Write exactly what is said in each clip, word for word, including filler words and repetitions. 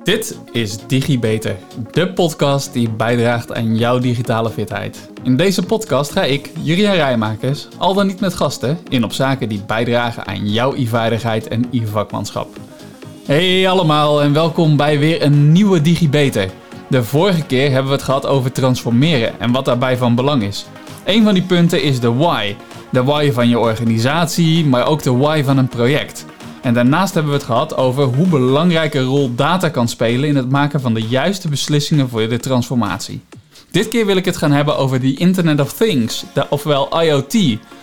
Dit is DigiBeter, de podcast die bijdraagt aan jouw digitale fitheid. In deze podcast ga ik, Juriaan Rijmakers, al dan niet met gasten, in op zaken die bijdragen aan jouw e-vaardigheid en e-vakmanschap. Hey allemaal en welkom bij weer een nieuwe DigiBeter. De vorige keer hebben we het gehad over transformeren en wat daarbij van belang is. Een van die punten is de why. De why van je organisatie, maar ook de why van een project. En daarnaast hebben we het gehad over hoe belangrijke rol data kan spelen in het maken van de juiste beslissingen voor de transformatie. Dit keer wil ik het gaan hebben over die Internet of Things, de, ofwel I O T.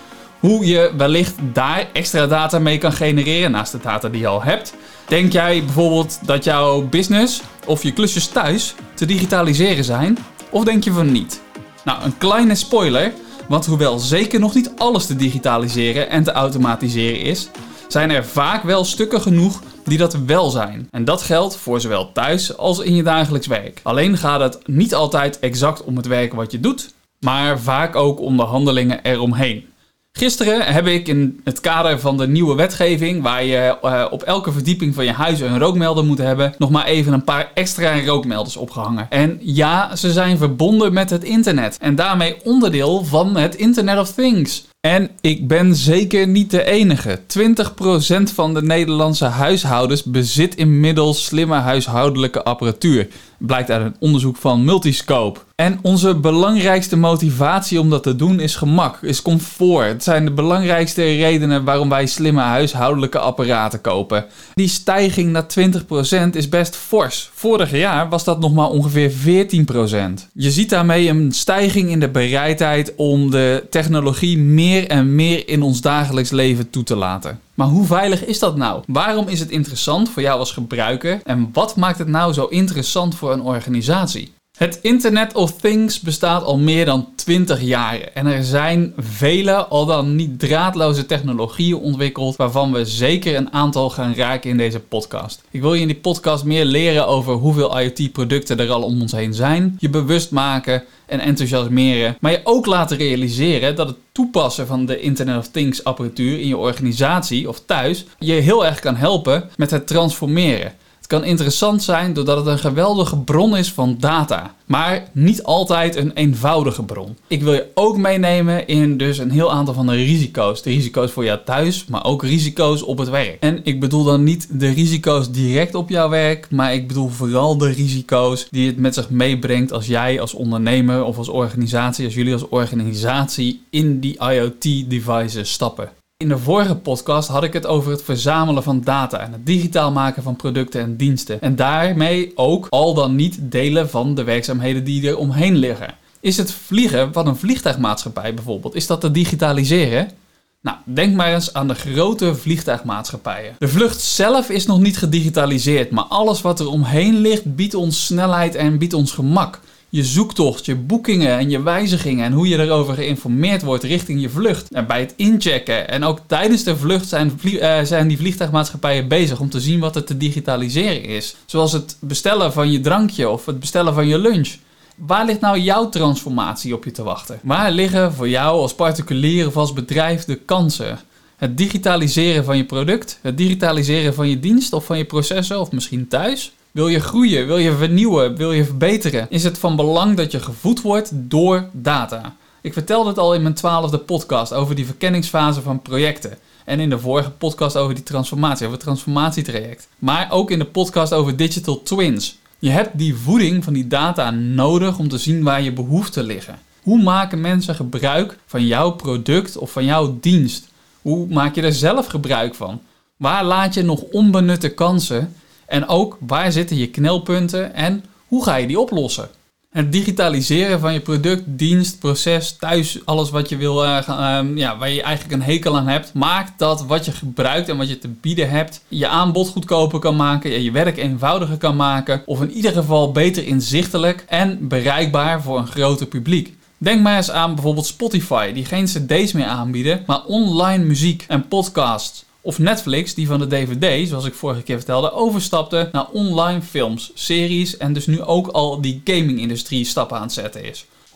Hoe je wellicht daar extra data mee kan genereren naast de data die je al hebt. Denk jij bijvoorbeeld dat jouw business of je klusjes thuis te digitaliseren zijn? Of denk je van niet? Nou, een kleine spoiler, want hoewel zeker nog niet alles te digitaliseren en te automatiseren is, zijn er vaak wel stukken genoeg die dat wel zijn. En dat geldt voor zowel thuis als in je dagelijks werk. Alleen gaat het niet altijd exact om het werk wat je doet, maar vaak ook om de handelingen eromheen. Gisteren heb ik in het kader van de nieuwe wetgeving, waar je uh, op elke verdieping van je huis een rookmelder moet hebben, nog maar even een paar extra rookmelders opgehangen. En ja, ze zijn verbonden met het internet en daarmee onderdeel van het Internet of Things. En ik ben zeker niet de enige. twintig procent van de Nederlandse huishoudens bezit inmiddels slimme huishoudelijke apparatuur. Blijkt uit een onderzoek van Multiscope. En onze belangrijkste motivatie om dat te doen is gemak, is comfort. Het zijn de belangrijkste redenen waarom wij slimme huishoudelijke apparaten kopen. Die stijging naar twintig procent is best fors. Vorig jaar was dat nog maar ongeveer veertien procent. Je ziet daarmee een stijging in de bereidheid om de technologie meer en meer in ons dagelijks leven toe te laten. Maar hoe veilig is dat nou? Waarom is het interessant voor jou als gebruiker? En wat maakt het nou zo interessant voor een organisatie? Het Internet of Things bestaat al meer dan twintig jaar en er zijn vele, al dan niet draadloze technologieën ontwikkeld waarvan we zeker een aantal gaan raken in deze podcast. Ik wil je in die podcast meer leren over hoeveel I O T-producten er al om ons heen zijn, je bewust maken en enthousiasmeren, maar je ook laten realiseren dat het toepassen van de Internet of Things apparatuur in je organisatie of thuis je heel erg kan helpen met het transformeren. Het kan interessant zijn doordat het een geweldige bron is van data, maar niet altijd een eenvoudige bron. Ik wil je ook meenemen in dus een heel aantal van de risico's. De risico's voor jou thuis, maar ook risico's op het werk. En ik bedoel dan niet de risico's direct op jouw werk, maar ik bedoel vooral de risico's die het met zich meebrengt als jij als ondernemer of als organisatie, als jullie als organisatie in die I O T-devices stappen. In de vorige podcast had ik het over het verzamelen van data en het digitaal maken van producten en diensten. En daarmee ook al dan niet delen van de werkzaamheden die er omheen liggen. Is het vliegen van een vliegtuigmaatschappij bijvoorbeeld, is dat te digitaliseren? Nou, denk maar eens aan de grote vliegtuigmaatschappijen. De vlucht zelf is nog niet gedigitaliseerd, maar alles wat er omheen ligt biedt ons snelheid en biedt ons gemak. Je zoektocht, je boekingen en je wijzigingen en hoe je erover geïnformeerd wordt richting je vlucht. En bij het inchecken en ook tijdens de vlucht zijn, vlie- uh, zijn die vliegtuigmaatschappijen bezig om te zien wat er te digitaliseren is. Zoals het bestellen van je drankje of het bestellen van je lunch. Waar ligt nou jouw transformatie op je te wachten? Waar liggen voor jou als particulier of als bedrijf de kansen? Het digitaliseren van je product, het digitaliseren van je dienst of van je processen of misschien thuis? Wil je groeien? Wil je vernieuwen? Wil je verbeteren? Is het van belang dat je gevoed wordt door data? Ik vertelde het al in mijn twaalfde podcast over die verkenningsfase van projecten. En in de vorige podcast over die transformatie, over het transformatietraject. Maar ook in de podcast over digital twins. Je hebt die voeding van die data nodig om te zien waar je behoeften liggen. Hoe maken mensen gebruik van jouw product of van jouw dienst? Hoe maak je er zelf gebruik van? Waar laat je nog onbenutte kansen? En ook waar zitten je knelpunten en hoe ga je die oplossen? Het digitaliseren van je product, dienst, proces, thuis, alles wat je wil, uh, uh, ja, waar je eigenlijk een hekel aan hebt, maakt dat wat je gebruikt en wat je te bieden hebt, je aanbod goedkoper kan maken, je, je werk eenvoudiger kan maken, of in ieder geval beter inzichtelijk en bereikbaar voor een groter publiek. Denk maar eens aan bijvoorbeeld Spotify, die geen cd's meer aanbieden, maar online muziek en podcasts. Of Netflix, die van de D V D, zoals ik vorige keer vertelde, overstapte naar online films, series en dus nu ook al die gaming-industrie stappen aan het zetten is.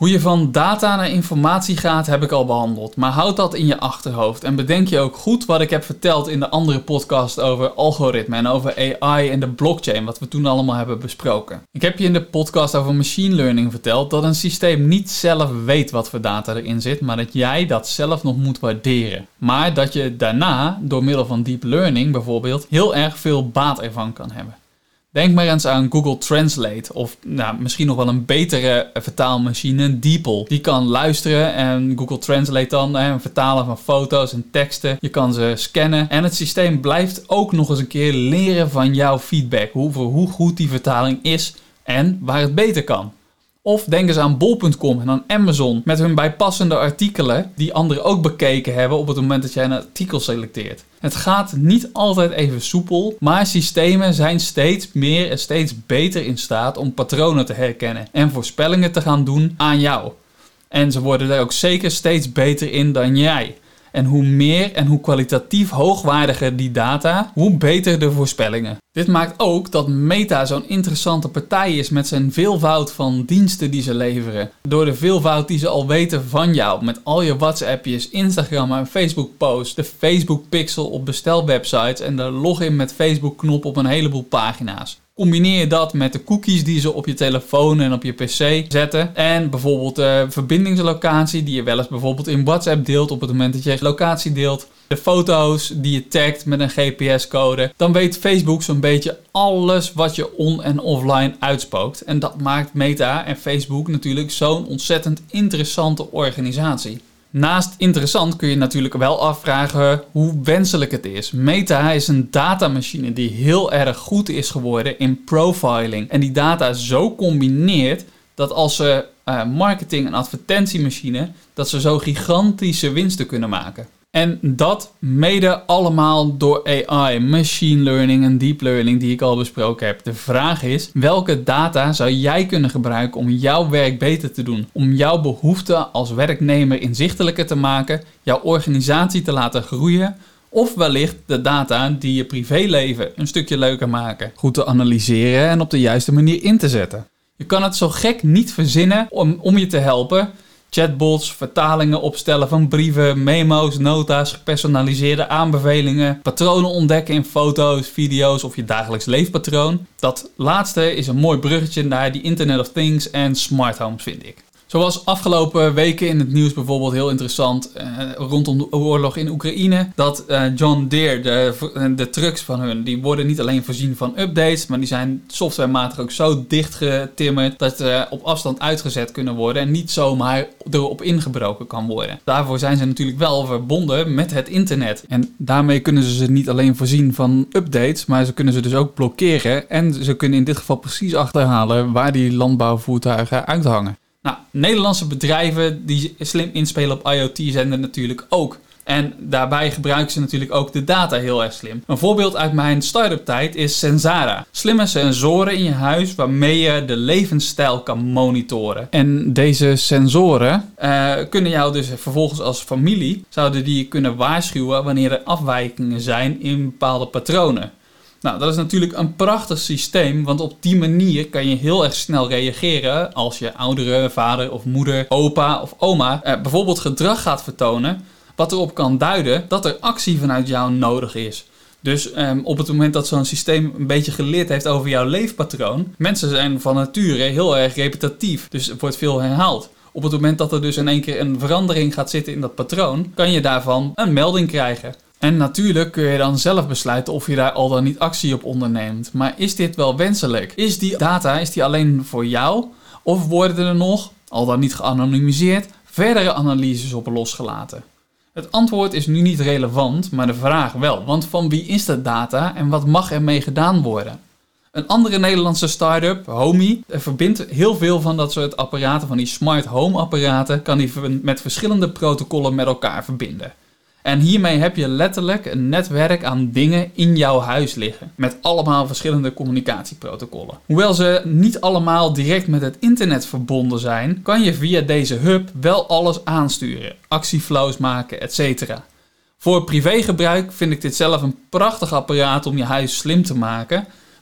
Hoe je van data naar informatie gaat heb ik al behandeld, maar houd dat in je achterhoofd en bedenk je ook goed wat ik heb verteld in de andere podcast over algoritmen en over A I en de blockchain, wat we toen allemaal hebben besproken. Ik heb je in de podcast over machine learning verteld dat een systeem niet zelf weet wat voor data erin zit, maar dat jij dat zelf nog moet waarderen. Maar dat je daarna, door middel van deep learning bijvoorbeeld, heel erg veel baat ervan kan hebben. Denk maar eens aan Google Translate of nou, misschien nog wel een betere vertaalmachine, DeepL. Die kan luisteren en Google Translate dan hè, vertalen van foto's en teksten. Je kan ze scannen en het systeem blijft ook nog eens een keer leren van jouw feedback. Hoe, hoe goed die vertaling is en waar het beter kan. Of denk eens aan bol punt com en aan Amazon met hun bijpassende artikelen die anderen ook bekeken hebben op het moment dat jij een artikel selecteert. Het gaat niet altijd even soepel, maar systemen zijn steeds meer en steeds beter in staat om patronen te herkennen en voorspellingen te gaan doen aan jou. En ze worden er ook zeker steeds beter in dan jij. En hoe meer en hoe kwalitatief hoogwaardiger die data, hoe beter de voorspellingen. Dit maakt ook dat Meta zo'n interessante partij is met zijn veelvoud van diensten die ze leveren. Door de veelvoud die ze al weten van jou, met al je WhatsAppjes, Instagram en Facebook posts, de Facebook pixel op bestelwebsites en de login met Facebook knop op een heleboel pagina's. Combineer je dat met de cookies die ze op je telefoon en op je pc zetten. En bijvoorbeeld de verbindingslocatie die je wel eens bijvoorbeeld in WhatsApp deelt op het moment dat je locatie deelt. De foto's die je tagt met een G P S-code. Dan weet Facebook zo'n beetje alles wat je on- en offline uitspookt. En dat maakt Meta en Facebook natuurlijk zo'n ontzettend interessante organisatie. Naast interessant kun je natuurlijk wel afvragen hoe wenselijk het is. Meta is een datamachine die heel erg goed is geworden in profiling. En die data zo combineert dat als ze uh, marketing- en advertentiemachine, dat ze zo gigantische winsten kunnen maken. En dat mede allemaal door A I, machine learning en deep learning die ik al besproken heb. De vraag is, welke data zou jij kunnen gebruiken om jouw werk beter te doen? Om jouw behoeften als werknemer inzichtelijker te maken, jouw organisatie te laten groeien? Of wellicht de data die je privéleven een stukje leuker maken. Goed te analyseren en op de juiste manier in te zetten. Je kan het zo gek niet verzinnen om, om je te helpen. Chatbots, vertalingen opstellen van brieven, memo's, nota's, gepersonaliseerde aanbevelingen, patronen ontdekken in foto's, video's of je dagelijks leefpatroon. Dat laatste is een mooi bruggetje naar die Internet of Things en smart homes, vind ik. Zoals afgelopen weken in het nieuws bijvoorbeeld heel interessant eh, rondom de oorlog in Oekraïne. Dat eh, John Deere, de, de trucks van hun, die worden niet alleen voorzien van updates. Maar die zijn softwarematig ook zo dichtgetimmerd dat ze uh, op afstand uitgezet kunnen worden. En niet zomaar erop ingebroken kan worden. Daarvoor zijn ze natuurlijk wel verbonden met het internet. En daarmee kunnen ze ze niet alleen voorzien van updates. Maar ze kunnen ze dus ook blokkeren. En ze kunnen in dit geval precies achterhalen waar die landbouwvoertuigen uithangen. Nou, Nederlandse bedrijven die slim inspelen op IoT zijn er natuurlijk ook. En daarbij gebruiken ze natuurlijk ook de data heel erg slim. Een voorbeeld uit mijn start-up tijd is Sensara. Slimme sensoren in je huis waarmee je de levensstijl kan monitoren. En deze sensoren uh, kunnen jou dus vervolgens als familie, zouden die kunnen waarschuwen wanneer er afwijkingen zijn in bepaalde patronen. Nou, dat is natuurlijk een prachtig systeem, want op die manier kan je heel erg snel reageren als je oudere vader of moeder, opa of oma eh, bijvoorbeeld gedrag gaat vertonen, wat erop kan duiden dat er actie vanuit jou nodig is. Dus eh, op het moment dat zo'n systeem een beetje geleerd heeft over jouw leefpatroon, mensen zijn van nature heel erg repetitief, dus er wordt veel herhaald. Op het moment dat er dus in één keer een verandering gaat zitten in dat patroon, kan je daarvan een melding krijgen. En natuurlijk kun je dan zelf besluiten of je daar al dan niet actie op onderneemt. Maar is dit wel wenselijk? Is die data is die alleen voor jou? Of worden er nog, al dan niet geanonimiseerd, verdere analyses op losgelaten? Het antwoord is nu niet relevant, maar de vraag wel. Want van wie is dat data en wat mag ermee gedaan worden? Een andere Nederlandse start-up, Homey, verbindt heel veel van dat soort apparaten, van die smart home apparaten, kan die met verschillende protocollen met elkaar verbinden. En hiermee heb je letterlijk een netwerk aan dingen in jouw huis liggen. Met allemaal verschillende communicatieprotocollen. Hoewel ze niet allemaal direct met het internet verbonden zijn, kan je via deze hub wel alles aansturen. Actieflows maken, et cetera. Voor privégebruik vind ik dit zelf een prachtig apparaat om je huis slim te maken.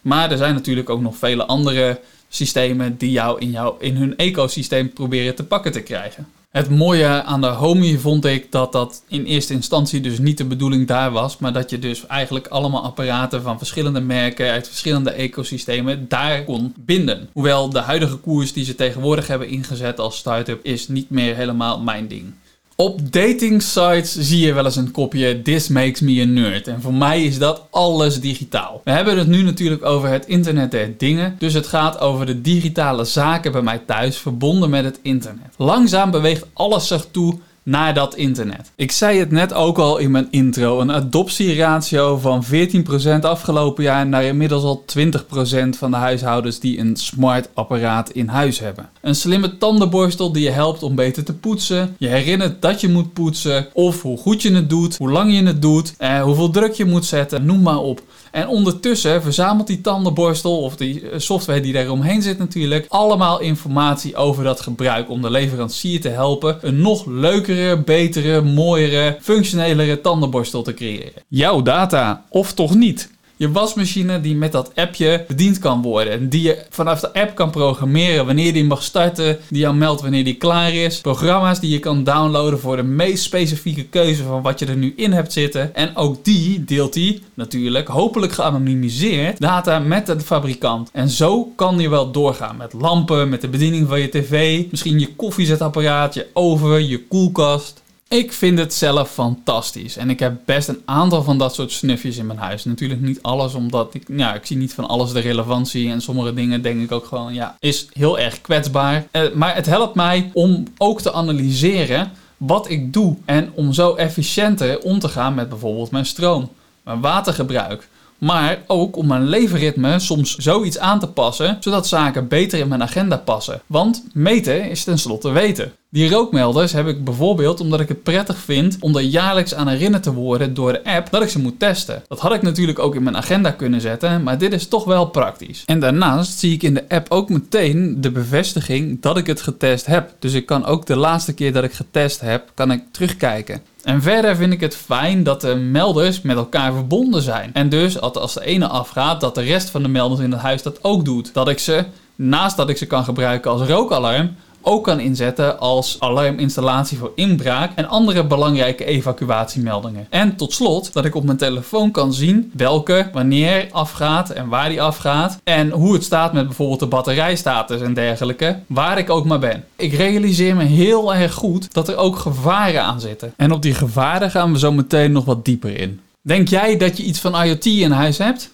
Maar er zijn natuurlijk ook nog vele andere systemen die jou in, jou in hun ecosysteem proberen te pakken te krijgen. Het mooie aan de Homey vond ik dat dat in eerste instantie dus niet de bedoeling daar was, maar dat je dus eigenlijk allemaal apparaten van verschillende merken uit verschillende ecosystemen daar kon binden. Hoewel de huidige koers die ze tegenwoordig hebben ingezet als start-up is niet meer helemaal mijn ding. Op dating sites zie je wel eens een kopje "This makes me a nerd" en voor mij is dat alles digitaal. We hebben het nu natuurlijk over het internet der dingen, dus het gaat over de digitale zaken bij mij thuis verbonden met het internet. Langzaam beweegt alles zich toe naar dat internet. Ik zei het net ook al in mijn intro, een adoptieratio van veertien procent afgelopen jaar naar inmiddels al twintig procent van de huishoudens die een smart apparaat in huis hebben. Een slimme tandenborstel die je helpt om beter te poetsen, je herinnert dat je moet poetsen, of hoe goed je het doet, hoe lang je het doet, eh, hoeveel druk je moet zetten, noem maar op. En ondertussen verzamelt die tandenborstel of die software die daar omheen zit natuurlijk allemaal informatie over dat gebruik om de leverancier te helpen een nog leukere, betere, mooiere, functionelere tandenborstel te creëren. Jouw data, of toch niet? Je wasmachine die met dat appje bediend kan worden. Die je vanaf de app kan programmeren wanneer die mag starten. Die jou meldt wanneer die klaar is. Programma's die je kan downloaden voor de meest specifieke keuze van wat je er nu in hebt zitten. En ook die deelt die natuurlijk, hopelijk geanonimiseerd, data met de fabrikant. En zo kan je wel doorgaan met lampen, met de bediening van je tv. Misschien je koffiezetapparaat, je oven, je koelkast. Ik vind het zelf fantastisch en ik heb best een aantal van dat soort snufjes in mijn huis. Natuurlijk niet alles, omdat ik, ja, ik zie niet van alles de relevantie en sommige dingen denk ik ook gewoon, ja, is heel erg kwetsbaar. Uh, maar het helpt mij om ook te analyseren wat ik doe en om zo efficiënter om te gaan met bijvoorbeeld mijn stroom, mijn watergebruik. Maar ook om mijn leefritme soms zoiets aan te passen, zodat zaken beter in mijn agenda passen. Want meten is tenslotte weten. Die rookmelders heb ik bijvoorbeeld omdat ik het prettig vind om er jaarlijks aan herinnerd te worden door de app dat ik ze moet testen. Dat had ik natuurlijk ook in mijn agenda kunnen zetten, maar dit is toch wel praktisch. En daarnaast zie ik in de app ook meteen de bevestiging dat ik het getest heb. Dus ik kan ook de laatste keer dat ik getest heb, kan ik terugkijken. En verder vind ik het fijn dat de melders met elkaar verbonden zijn. En dus als de ene afgaat, dat de rest van de melders in het huis dat ook doet. Dat ik ze, naast dat ik ze kan gebruiken als rookalarm, ook kan inzetten als alarminstallatie voor inbraak en andere belangrijke evacuatiemeldingen. En tot slot dat ik op mijn telefoon kan zien welke, wanneer afgaat en waar die afgaat. En hoe het staat met bijvoorbeeld de batterijstatus en dergelijke, waar ik ook maar ben. Ik realiseer me heel erg goed dat er ook gevaren aan zitten. En op die gevaren gaan we zo meteen nog wat dieper in. Denk jij dat je iets van IoT in huis hebt?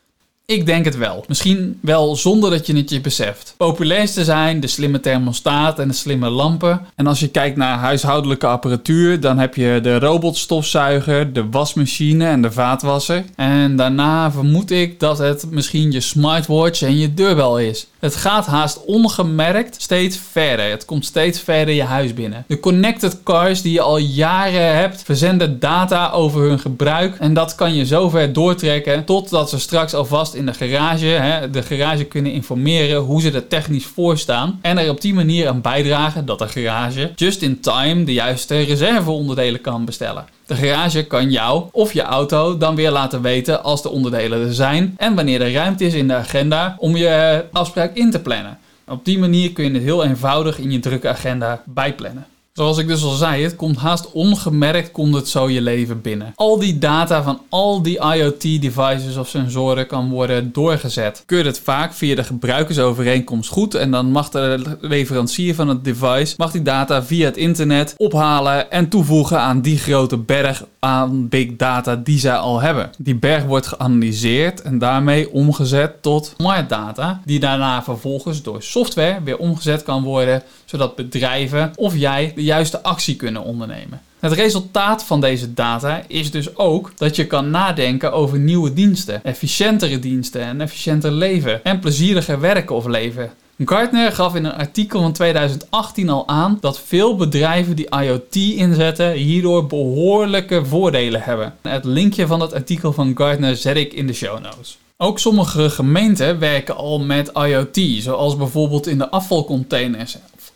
Ik denk het wel. Misschien wel zonder dat je het je beseft. Populairste zijn de slimme thermostaat en de slimme lampen. En als je kijkt naar huishoudelijke apparatuur, dan heb je de robotstofzuiger, de wasmachine en de vaatwasser. En daarna vermoed ik dat het misschien je smartwatch en je deurbel is. Het gaat haast ongemerkt steeds verder. Het komt steeds verder je huis binnen. De connected cars die je al jaren hebt, verzenden data over hun gebruik. En dat kan je zover doortrekken totdat ze straks alvast in de garage, hè, de garage kunnen informeren hoe ze er technisch voor staan. En er op die manier aan bijdragen dat de garage just in time de juiste reserveonderdelen kan bestellen. De garage kan jou of je auto dan weer laten weten als de onderdelen er zijn en wanneer er ruimte is in de agenda om je afspraak in te plannen. Op die manier kun je het heel eenvoudig in je drukke agenda bijplannen. Zoals ik dus al zei, het komt haast ongemerkt komt het zo je leven binnen. Al die data van al die IoT-devices of sensoren kan worden doorgezet. Keurt het vaak via de gebruikersovereenkomst goed en dan mag de leverancier van het device mag die data via het internet ophalen en toevoegen aan die grote berg aan big data die zij al hebben. Die berg wordt geanalyseerd en daarmee omgezet tot smart data, die daarna vervolgens door software weer omgezet kan worden, zodat bedrijven of jij de juiste actie kunnen ondernemen. Het resultaat van deze data is dus ook dat je kan nadenken over nieuwe diensten, efficiëntere diensten en efficiënter leven en plezieriger werken of leven. Gartner gaf in een artikel van tweeduizend achttien al aan dat veel bedrijven die IoT inzetten hierdoor behoorlijke voordelen hebben. Het linkje van het artikel van Gartner zet ik in de show notes. Ook sommige gemeenten werken al met IoT, zoals bijvoorbeeld in de afvalcontainers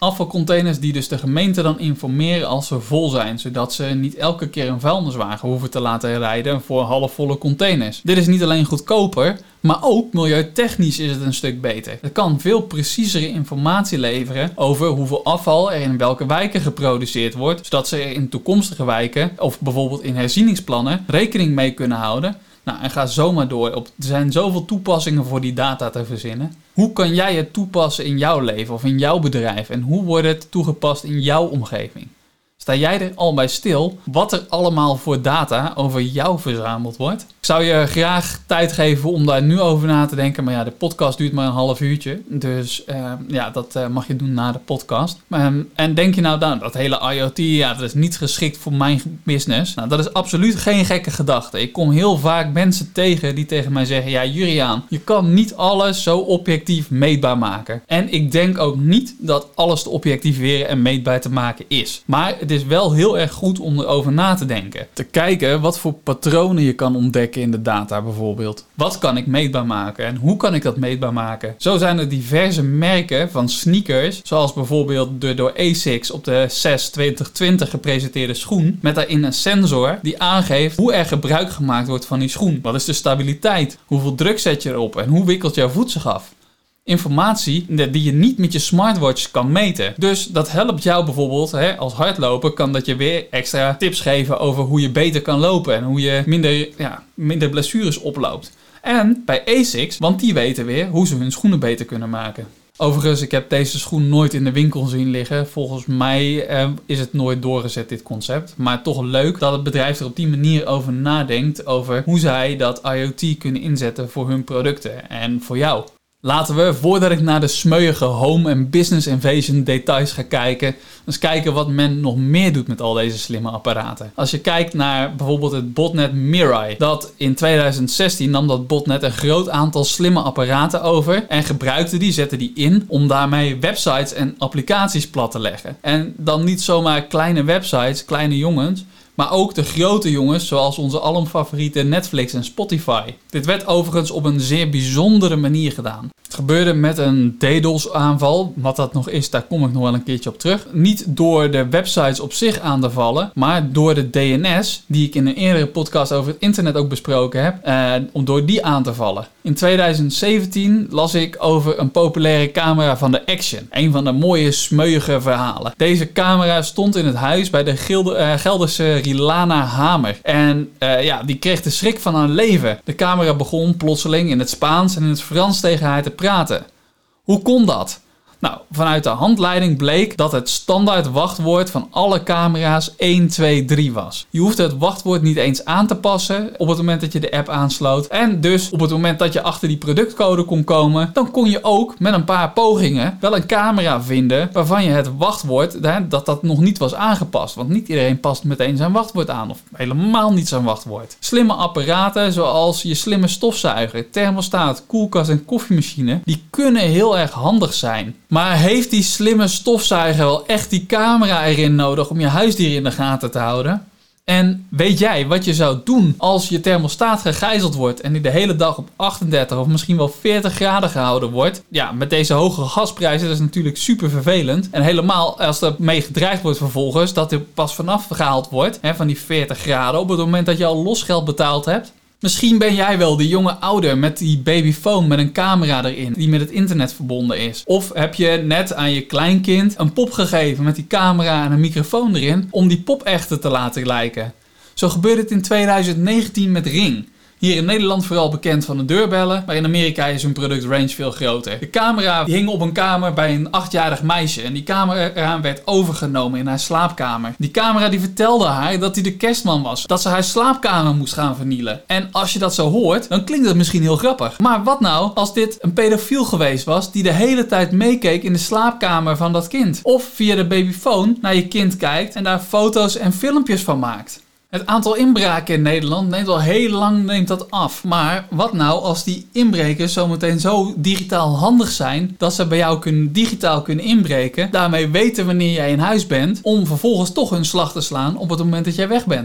Afvalcontainers die dus de gemeente dan informeren als ze vol zijn, zodat ze niet elke keer een vuilniswagen hoeven te laten rijden voor halfvolle containers. Dit is niet alleen goedkoper, maar ook milieutechnisch is het een stuk beter. Het kan veel preciezere informatie leveren over hoeveel afval er in welke wijken geproduceerd wordt, zodat ze er in toekomstige wijken, of bijvoorbeeld in herzieningsplannen, rekening mee kunnen houden. Nou, en ga zomaar door. Er zijn zoveel toepassingen voor die data te verzinnen. Hoe kan jij het toepassen in jouw leven of in jouw bedrijf? En hoe wordt het toegepast in jouw omgeving? Sta jij er al bij stil wat er allemaal voor data over jou verzameld wordt? Ik zou je graag tijd geven om daar nu over na te denken. Maar ja, de podcast duurt maar een half uurtje. Dus uh, ja, dat uh, mag je doen na de podcast. Um, en denk je nou, nou, dat hele IoT, ja, dat is niet geschikt voor mijn business. Nou, dat is absoluut geen gekke gedachte. Ik kom heel vaak mensen tegen die tegen mij zeggen, ja, Juriaan, je kan niet alles zo objectief meetbaar maken. En ik denk ook niet dat alles te objectiveren en meetbaar te maken is. Maar het is wel heel erg goed om erover na te denken. Te kijken wat voor patronen je kan ontdekken in de data bijvoorbeeld. Wat kan ik meetbaar maken en hoe kan ik dat meetbaar maken? Zo zijn er diverse merken van sneakers, zoals bijvoorbeeld de door Asics op de C E S twintig twintig gepresenteerde schoen, met daarin een sensor die aangeeft hoe er gebruik gemaakt wordt van die schoen. Wat is de stabiliteit? Hoeveel druk zet je erop en hoe wikkelt jouw voet zich af? Informatie die je niet met je smartwatch kan meten. Dus dat helpt jou bijvoorbeeld, hè, als hardloper kan dat je weer extra tips geven over hoe je beter kan lopen en hoe je minder, ja, minder blessures oploopt. En bij Asics, want die weten weer hoe ze hun schoenen beter kunnen maken. Overigens, ik heb deze schoen nooit in de winkel zien liggen. Volgens mij eh, is het nooit doorgezet, dit concept. Maar toch leuk dat het bedrijf er op die manier over nadenkt, over hoe zij dat IoT kunnen inzetten voor hun producten en voor jou. Laten we, voordat ik naar de smeuïge home en business invasion details ga kijken, eens kijken wat men nog meer doet met al deze slimme apparaten. Als je kijkt naar bijvoorbeeld het botnet Mirai, dat in tweeduizend zestien nam dat botnet een groot aantal slimme apparaten over en gebruikte die, zette die in om daarmee websites en applicaties plat te leggen. En dan niet zomaar kleine websites, kleine jongens, maar ook de grote jongens zoals onze alom favoriete Netflix en Spotify. Dit werd overigens op een zeer bijzondere manier gedaan. Het gebeurde met een DDoS aanval. Wat dat nog is, daar kom ik nog wel een keertje op terug. Niet door de websites op zich aan te vallen, maar door de D N S, die ik in een eerdere podcast over het internet ook besproken heb, eh, om door die aan te vallen. In tweeduizend zeventien las ik over een populaire camera van de Action. Een van de mooie smeuïge verhalen. Deze camera stond in het huis bij de Gilde, uh, Gelderse Rilana Hamer. En uh, ja, die kreeg de schrik van haar leven. De camera begon plotseling in het Spaans en in het Frans tegen haar te praten. Hoe kon dat? Nou, vanuit de handleiding bleek dat het standaard wachtwoord van alle camera's een twee drie was. Je hoefde het wachtwoord niet eens aan te passen op het moment dat je de app aansloot. En dus op het moment dat je achter die productcode kon komen, dan kon je ook met een paar pogingen wel een camera vinden waarvan je het wachtwoord, dat dat nog niet was aangepast. Want niet iedereen past meteen zijn wachtwoord aan of helemaal niet zijn wachtwoord. Slimme apparaten zoals je slimme stofzuiger, thermostaat, koelkast en koffiemachine, die kunnen heel erg handig zijn. Maar heeft die slimme stofzuiger wel echt die camera erin nodig om je huisdier in de gaten te houden? En weet jij wat je zou doen als je thermostaat gegijzeld wordt en die de hele dag op achtendertig of misschien wel veertig graden gehouden wordt? Ja, met deze hoge gasprijzen, dat is natuurlijk super vervelend. En helemaal als er mee gedreigd wordt vervolgens dat er pas vanaf gehaald wordt, hè, van die veertig graden, op het moment dat je al losgeld betaald hebt. Misschien ben jij wel de jonge ouder met die babyfoon met een camera erin die met het internet verbonden is. Of heb je net aan je kleinkind een pop gegeven met die camera en een microfoon erin om die pop echter te laten lijken. Zo gebeurde het in tweeduizend negentien met Ring. Hier in Nederland vooral bekend van de deurbellen, maar in Amerika is hun productrange veel groter. De camera hing op een kamer bij een achtjarig meisje en die camera werd overgenomen in haar slaapkamer. Die camera die vertelde haar dat hij de kerstman was, dat ze haar slaapkamer moest gaan vernielen. En als je dat zo hoort, dan klinkt dat misschien heel grappig. Maar wat nou als dit een pedofiel geweest was die de hele tijd meekeek in de slaapkamer van dat kind? Of via de babyfoon naar je kind kijkt en daar foto's en filmpjes van maakt? Het aantal inbraken in Nederland neemt al heel lang neemt dat af. Maar wat nou als die inbrekers zometeen zo digitaal handig zijn dat ze bij jou kunnen, digitaal kunnen inbreken, daarmee weten wanneer jij in huis bent, om vervolgens toch hun slag te slaan op het moment dat jij weg bent?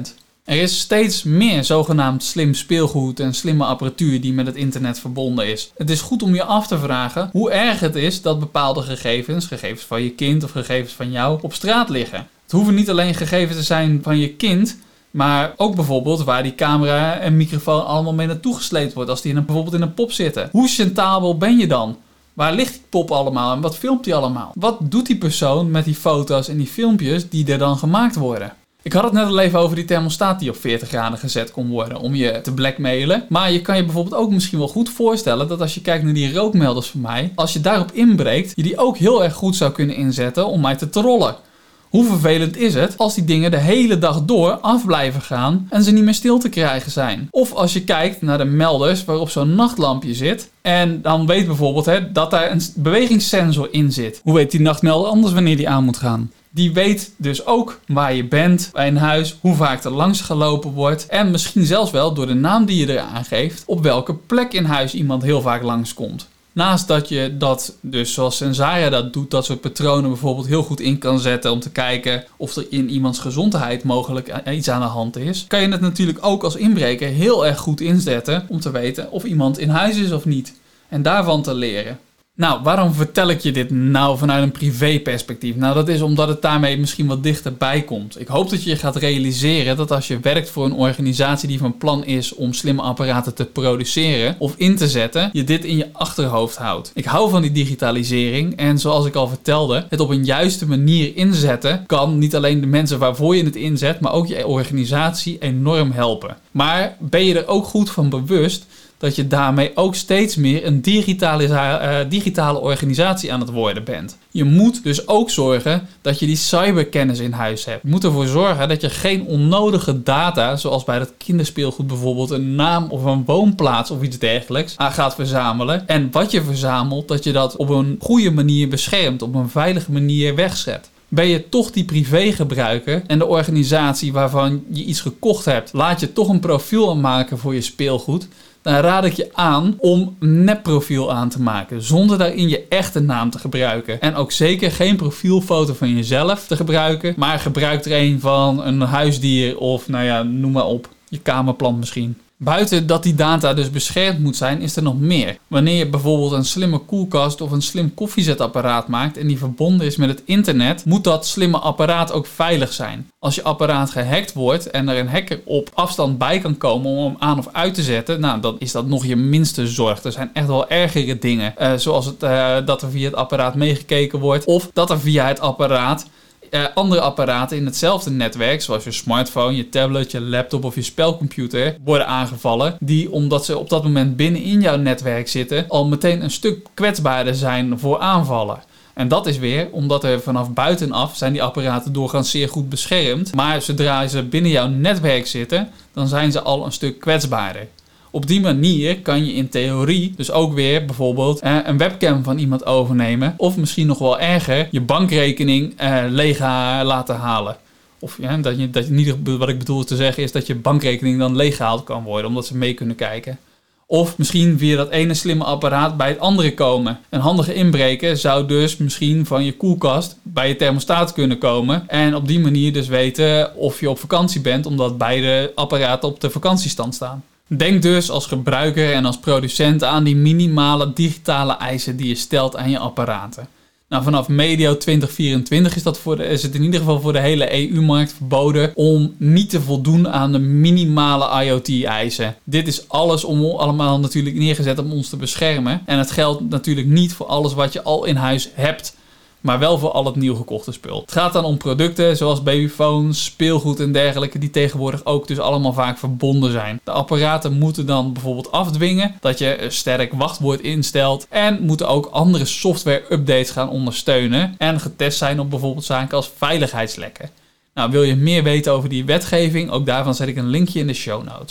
Er is steeds meer zogenaamd slim speelgoed en slimme apparatuur die met het internet verbonden is. Het is goed om je af te vragen hoe erg het is dat bepaalde gegevens, gegevens van je kind of gegevens van jou, op straat liggen. Het hoeven niet alleen gegevens te zijn van je kind, maar ook bijvoorbeeld waar die camera en microfoon allemaal mee naartoe gesleept wordt als die in een, bijvoorbeeld in een pop zitten. Hoe chantabel ben je dan? Waar ligt die pop allemaal en wat filmt die allemaal? Wat doet die persoon met die foto's en die filmpjes die er dan gemaakt worden? Ik had het net al even over die thermostaat die op veertig graden gezet kon worden om je te blackmailen. Maar je kan je bijvoorbeeld ook misschien wel goed voorstellen dat als je kijkt naar die rookmelders van mij, als je daarop inbreekt, je die ook heel erg goed zou kunnen inzetten om mij te trollen. Hoe vervelend is het als die dingen de hele dag door af blijven gaan en ze niet meer stil te krijgen zijn? Of als je kijkt naar de melders waarop zo'n nachtlampje zit en dan weet bijvoorbeeld hè, dat daar een bewegingssensor in zit. Hoe weet die nachtmelder anders wanneer die aan moet gaan? Die weet dus ook waar je bent bij een huis, hoe vaak er langs gelopen wordt en misschien zelfs wel door de naam die je eraan geeft op welke plek in huis iemand heel vaak langskomt. Naast dat je dat, dus zoals Sensaya dat doet, dat soort patronen bijvoorbeeld heel goed in kan zetten om te kijken of er in iemands gezondheid mogelijk iets aan de hand is, kan je het natuurlijk ook als inbreker heel erg goed inzetten om te weten of iemand in huis is of niet. En daarvan te leren. Nou, waarom vertel ik je dit nou vanuit een privéperspectief? Nou, dat is omdat het daarmee misschien wat dichterbij komt. Ik hoop dat je je gaat realiseren dat als je werkt voor een organisatie die van plan is om slimme apparaten te produceren of in te zetten, je dit in je achterhoofd houdt. Ik hou van die digitalisering en zoals ik al vertelde, het op een juiste manier inzetten kan niet alleen de mensen waarvoor je het inzet, maar ook je organisatie enorm helpen. Maar ben je er ook goed van bewust dat je daarmee ook steeds meer een digitale, uh, digitale organisatie aan het worden bent. Je moet dus ook zorgen dat je die cyberkennis in huis hebt. Je moet ervoor zorgen dat je geen onnodige data, zoals bij dat kinderspeelgoed bijvoorbeeld een naam of een woonplaats of iets dergelijks, aan gaat verzamelen. En wat je verzamelt, dat je dat op een goede manier beschermt, op een veilige manier wegzet. Ben je toch die privégebruiker en de organisatie waarvan je iets gekocht hebt, laat je toch een profiel aanmaken voor je speelgoed, dan raad ik je aan om een nepprofiel aan te maken, zonder daarin je echte naam te gebruiken. En ook zeker geen profielfoto van jezelf te gebruiken, maar gebruik er een van een huisdier of nou ja, noem maar op, je kamerplant misschien. Buiten dat die data dus beschermd moet zijn, is er nog meer. Wanneer je bijvoorbeeld een slimme koelkast of een slim koffiezetapparaat maakt en die verbonden is met het internet, moet dat slimme apparaat ook veilig zijn. Als je apparaat gehackt wordt en er een hacker op afstand bij kan komen om hem aan of uit te zetten, nou dan is dat nog je minste zorg. Er zijn echt wel ergere dingen, uh, zoals het, uh, dat er via het apparaat meegekeken wordt of dat er via het apparaat Uh, andere apparaten in hetzelfde netwerk, zoals je smartphone, je tablet, je laptop of je spelcomputer, worden aangevallen, die omdat ze op dat moment binnenin jouw netwerk zitten, al meteen een stuk kwetsbaarder zijn voor aanvallen. En dat is weer omdat er vanaf buitenaf zijn die apparaten doorgaans zeer goed beschermd, maar zodra ze binnen jouw netwerk zitten, dan zijn ze al een stuk kwetsbaarder. Op die manier kan je in theorie dus ook weer bijvoorbeeld eh, een webcam van iemand overnemen. Of misschien nog wel erger, je bankrekening eh, leeg laten halen. Of ja, dat je, dat je niet, wat ik bedoel te zeggen is dat je bankrekening dan leeggehaald kan worden, omdat ze mee kunnen kijken. Of misschien via dat ene slimme apparaat bij het andere komen. Een handige inbreker zou dus misschien van je koelkast bij je thermostaat kunnen komen. En op die manier dus weten of je op vakantie bent, omdat beide apparaten op de vakantiestand staan. Denk dus als gebruiker en als producent aan die minimale digitale eisen die je stelt aan je apparaten. Nou, vanaf medio twintig vierentwintig is, dat voor de, is het in ieder geval voor de hele E U-markt verboden om niet te voldoen aan de minimale IoT-eisen. Dit is alles om allemaal natuurlijk neergezet om ons te beschermen. En het geldt natuurlijk niet voor alles wat je al in huis hebt, maar wel voor al het nieuw gekochte spul. Het gaat dan om producten zoals babyfoons, speelgoed en dergelijke, die tegenwoordig ook dus allemaal vaak verbonden zijn. De apparaten moeten dan bijvoorbeeld afdwingen dat je een sterk wachtwoord instelt en moeten ook andere software-updates gaan ondersteunen en getest zijn op bijvoorbeeld zaken als veiligheidslekken. Nou, wil je meer weten over die wetgeving? Ook daarvan zet ik een linkje in de show notes.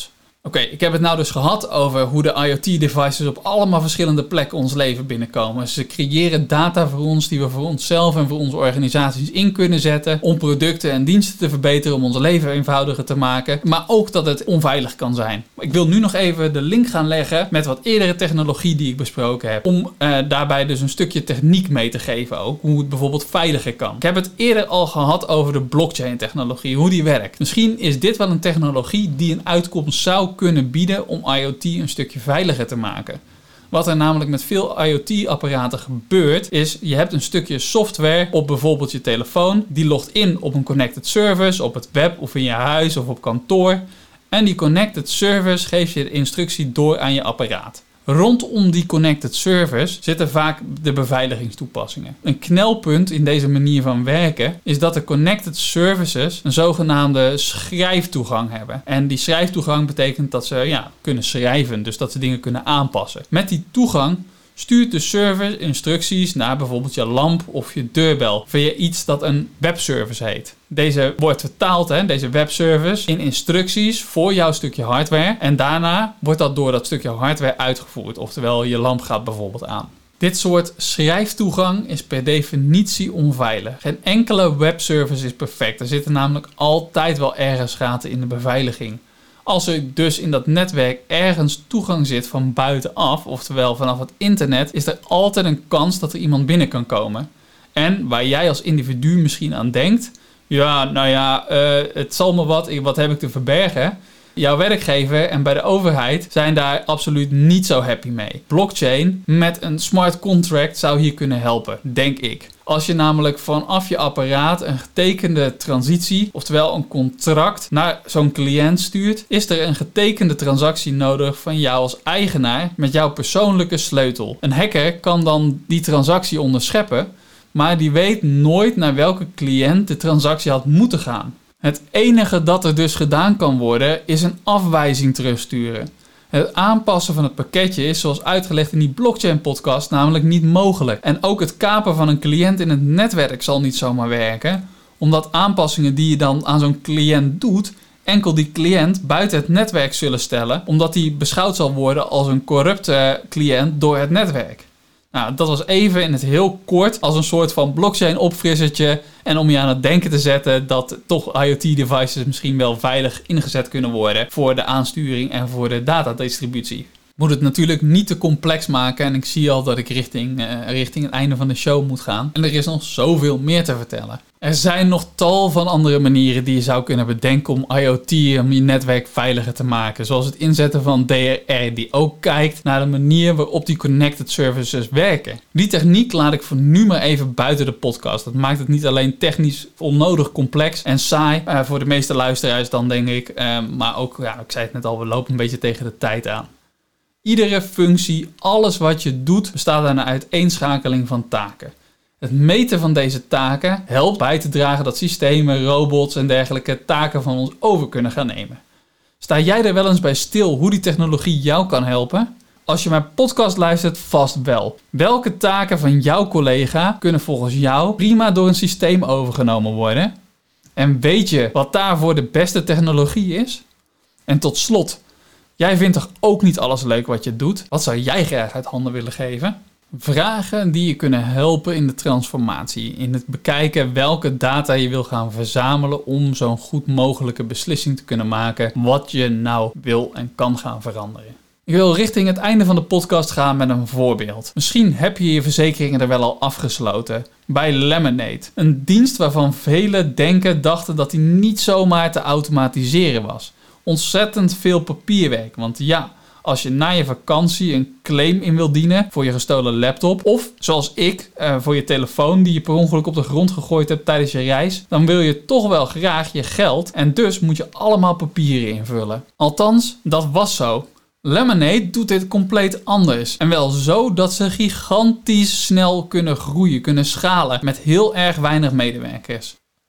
Oké, okay, ik heb het nou dus gehad over hoe de IoT-devices op allemaal verschillende plekken ons leven binnenkomen. Ze creëren data voor ons die we voor onszelf en voor onze organisaties in kunnen zetten om producten en diensten te verbeteren, om ons leven eenvoudiger te maken, maar ook dat het onveilig kan zijn. Ik wil nu nog even de link gaan leggen met wat eerdere technologie die ik besproken heb, om uh, daarbij dus een stukje techniek mee te geven ook, hoe het bijvoorbeeld veiliger kan. Ik heb het eerder al gehad over de blockchain-technologie, hoe die werkt. Misschien is dit wel een technologie die een uitkomst zou kunnen bieden om IoT een stukje veiliger te maken. Wat er namelijk met veel IoT-apparaten gebeurt, is je hebt een stukje software op bijvoorbeeld je telefoon, die logt in op een connected service, op het web of in je huis of op kantoor. En die connected service geeft je de instructie door aan je apparaat. Rondom die connected service zitten vaak de beveiligingstoepassingen. Een knelpunt in deze manier van werken is dat de connected services een zogenaamde schrijftoegang hebben. En die schrijftoegang betekent dat ze ja, kunnen schrijven, dus dat ze dingen kunnen aanpassen. Met die toegang stuurt de server instructies naar bijvoorbeeld je lamp of je deurbel via iets dat een webservice heet. Deze wordt vertaald, hè, deze webservice, in instructies voor jouw stukje hardware. En daarna wordt dat door dat stukje hardware uitgevoerd. Oftewel, je lamp gaat bijvoorbeeld aan. Dit soort schrijftoegang is per definitie onveilig. Geen enkele webservice is perfect. Er zitten namelijk altijd wel ergens gaten in de beveiliging. Als er dus in dat netwerk ergens toegang zit van buitenaf, oftewel vanaf het internet, is er altijd een kans dat er iemand binnen kan komen. En waar jij als individu misschien aan denkt, ja, nou ja, uh, het zal me wat, wat heb ik te verbergen? Jouw werkgever en bij de overheid zijn daar absoluut niet zo happy mee. Blockchain met een smart contract zou hier kunnen helpen, denk ik. Als je namelijk vanaf je apparaat een getekende transitie, oftewel een contract, naar zo'n cliënt stuurt, is er een getekende transactie nodig van jou als eigenaar met jouw persoonlijke sleutel. Een hacker kan dan die transactie onderscheppen, maar die weet nooit naar welke cliënt de transactie had moeten gaan. Het enige dat er dus gedaan kan worden, is een afwijzing terugsturen. Het aanpassen van het pakketje is, zoals uitgelegd in die blockchain podcast, namelijk niet mogelijk. En ook het kapen van een cliënt in het netwerk zal niet zomaar werken, omdat aanpassingen die je dan aan zo'n cliënt doet, enkel die cliënt buiten het netwerk zullen stellen, omdat die beschouwd zal worden als een corrupte cliënt door het netwerk. Nou, dat was even in het heel kort als een soort van blockchain opfrissertje en om je aan het denken te zetten dat toch IoT-devices misschien wel veilig ingezet kunnen worden voor de aansturing en voor de datadistributie. Moet het natuurlijk niet te complex maken en ik zie al dat ik richting, uh, richting het einde van de show moet gaan. En er is nog zoveel meer te vertellen. Er zijn nog tal van andere manieren die je zou kunnen bedenken om IoT, om je netwerk veiliger te maken. Zoals het inzetten van D R R, die ook kijkt naar de manier waarop die connected services werken. Die techniek laat ik voor nu maar even buiten de podcast. Dat maakt het niet alleen technisch onnodig complex en saai uh, voor de meeste luisteraars dan, denk ik. Uh, maar ook, ja, ik zei het net al, we lopen een beetje tegen de tijd aan. Iedere functie, alles wat je doet, bestaat uit een uiteenschakeling van taken. Het meten van deze taken helpt bij te dragen dat systemen, robots en dergelijke taken van ons over kunnen gaan nemen. Sta jij er wel eens bij stil hoe die technologie jou kan helpen? Als je mijn podcast luistert, vast wel. Welke taken van jouw collega kunnen volgens jou prima door een systeem overgenomen worden? En weet je wat daarvoor de beste technologie is? En tot slot, jij vindt toch ook niet alles leuk wat je doet? Wat zou jij graag uit handen willen geven? Vragen die je kunnen helpen in de transformatie. In het bekijken welke data je wil gaan verzamelen om zo'n goed mogelijke beslissing te kunnen maken wat je nou wil en kan gaan veranderen. Ik wil richting het einde van de podcast gaan met een voorbeeld. Misschien heb je je verzekeringen er wel al afgesloten. Bij Lemonade. Een dienst waarvan velen denken dachten dat die niet zomaar te automatiseren was. Ontzettend veel papierwerk, want ja, als je na je vakantie een claim in wil dienen voor je gestolen laptop, of zoals ik, uh, voor je telefoon die je per ongeluk op de grond gegooid hebt tijdens je reis, dan wil je toch wel graag je geld en dus moet je allemaal papieren invullen. Althans, dat was zo. Lemonade doet dit compleet anders. En wel zo dat ze gigantisch snel kunnen groeien, kunnen schalen met heel erg weinig medewerkers.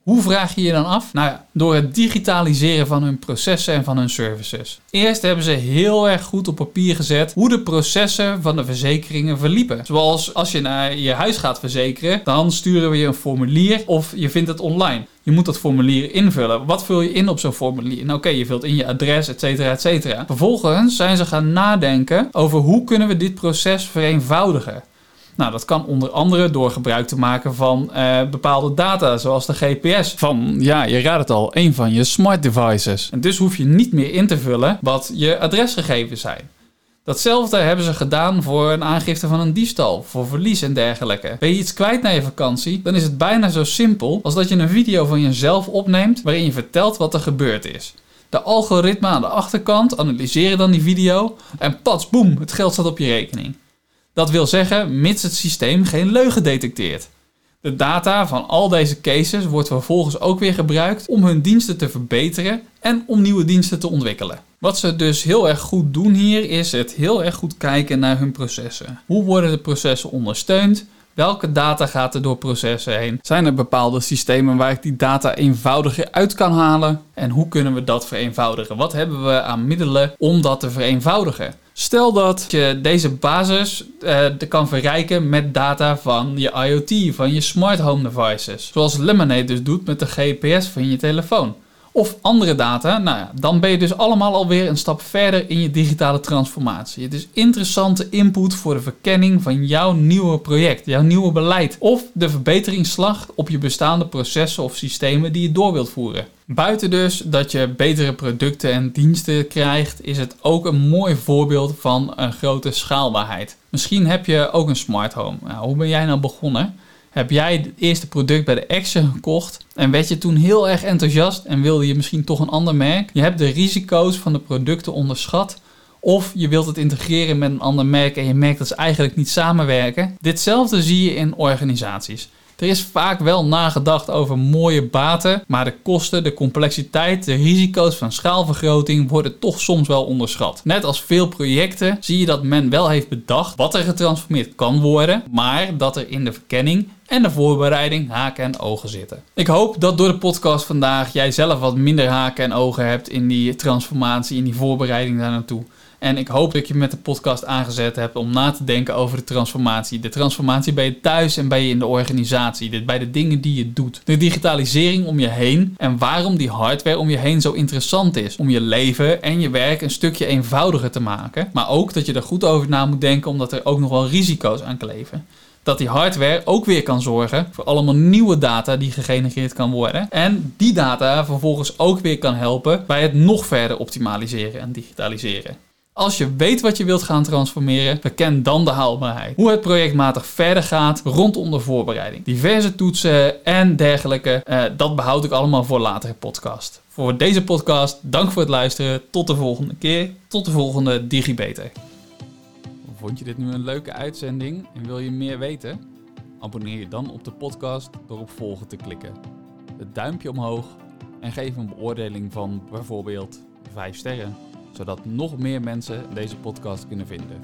Hoe vraag je je dan af? Nou ja, door het digitaliseren van hun processen en van hun services. Eerst hebben ze heel erg goed op papier gezet hoe de processen van de verzekeringen verliepen. Zoals als je naar je huis gaat verzekeren, dan sturen we je een formulier of je vindt het online. Je moet dat formulier invullen. Wat vul je in op zo'n formulier? Nou oké, okay, je vult in je adres, et cetera, et cetera. Vervolgens zijn ze gaan nadenken over hoe kunnen we dit proces vereenvoudigen. Nou, dat kan onder andere door gebruik te maken van uh, bepaalde data, zoals de G P S. Van, ja, je raadt het al, een van je smart devices. En dus hoef je niet meer in te vullen wat je adresgegevens zijn. Datzelfde hebben ze gedaan voor een aangifte van een diefstal, voor verlies en dergelijke. Ben je iets kwijt na je vakantie, dan is het bijna zo simpel als dat je een video van jezelf opneemt waarin je vertelt wat er gebeurd is. De algoritmen aan de achterkant analyseren dan die video en pats, boem, het geld staat op je rekening. Dat wil zeggen, mits het systeem geen leugen detecteert. De data van al deze cases wordt vervolgens ook weer gebruikt om hun diensten te verbeteren en om nieuwe diensten te ontwikkelen. Wat ze dus heel erg goed doen hier is het heel erg goed kijken naar hun processen. Hoe worden de processen ondersteund? Welke data gaat er door processen heen? Zijn er bepaalde systemen waar ik die data eenvoudiger uit kan halen? En hoe kunnen we dat vereenvoudigen? Wat hebben we aan middelen om dat te vereenvoudigen? Stel dat je deze basis uh, kan verrijken met data van je IoT, van je smart home devices. Zoals Lemonade dus doet met de G P S van je telefoon. Of andere data, nou ja, dan ben je dus allemaal alweer een stap verder in je digitale transformatie. Het is interessante input voor de verkenning van jouw nieuwe project, jouw nieuwe beleid. Of de verbeteringsslag op je bestaande processen of systemen die je door wilt voeren. Buiten dus dat je betere producten en diensten krijgt, is het ook een mooi voorbeeld van een grote schaalbaarheid. Misschien heb je ook een smart home. Nou, hoe ben jij nou begonnen? Heb jij het eerste product bij de Action gekocht en werd je toen heel erg enthousiast en wilde je misschien toch een ander merk? Je hebt de risico's van de producten onderschat of je wilt het integreren met een ander merk en je merkt dat ze eigenlijk niet samenwerken. Ditzelfde zie je in organisaties. Er is vaak wel nagedacht over mooie baten, maar de kosten, de complexiteit, de risico's van schaalvergroting worden toch soms wel onderschat. Net als veel projecten zie je dat men wel heeft bedacht wat er getransformeerd kan worden, maar dat er in de verkenning en de voorbereiding haken en ogen zitten. Ik hoop dat door de podcast vandaag jij zelf wat minder haken en ogen hebt in die transformatie, in die voorbereiding daar naartoe. En ik hoop dat je met de podcast aangezet hebt om na te denken over de transformatie. De transformatie bij je thuis en bij je in de organisatie. Bij de dingen die je doet. De digitalisering om je heen en waarom die hardware om je heen zo interessant is. Om je leven en je werk een stukje eenvoudiger te maken. Maar ook dat je er goed over na moet denken omdat er ook nog wel risico's aan kleven. Dat die hardware ook weer kan zorgen voor allemaal nieuwe data die gegenereerd kan worden. En die data vervolgens ook weer kan helpen bij het nog verder optimaliseren en digitaliseren. Als je weet wat je wilt gaan transformeren, verken dan de haalbaarheid. Hoe het projectmatig verder gaat rondom de voorbereiding. Diverse toetsen en dergelijke, uh, dat behoud ik allemaal voor latere podcast. Voor deze podcast, dank voor het luisteren. Tot de volgende keer. Tot de volgende DigiBeter. Vond je dit nu een leuke uitzending en wil je meer weten? Abonneer je dan op de podcast door op volgen te klikken. Het duimpje omhoog en geef een beoordeling van bijvoorbeeld vijf sterren. Zodat nog meer mensen deze podcast kunnen vinden.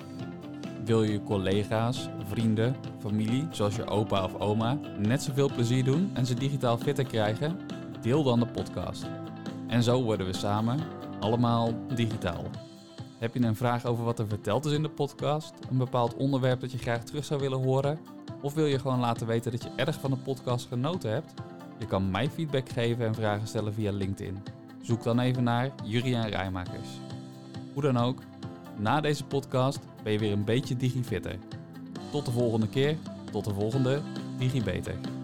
Wil je je collega's, vrienden, familie, zoals je opa of oma, net zoveel plezier doen en ze digitaal fitter krijgen? Deel dan de podcast. En zo worden we samen allemaal digitaal. Heb je een vraag over wat er verteld is in de podcast? Een bepaald onderwerp dat je graag terug zou willen horen? Of wil je gewoon laten weten dat je erg van de podcast genoten hebt? Je kan mij feedback geven en vragen stellen via LinkedIn. Zoek dan even naar Juriaan Rijmakers. Hoe dan ook, na deze podcast ben je weer een beetje digifitter. Tot de volgende keer, tot de volgende DigiBeter.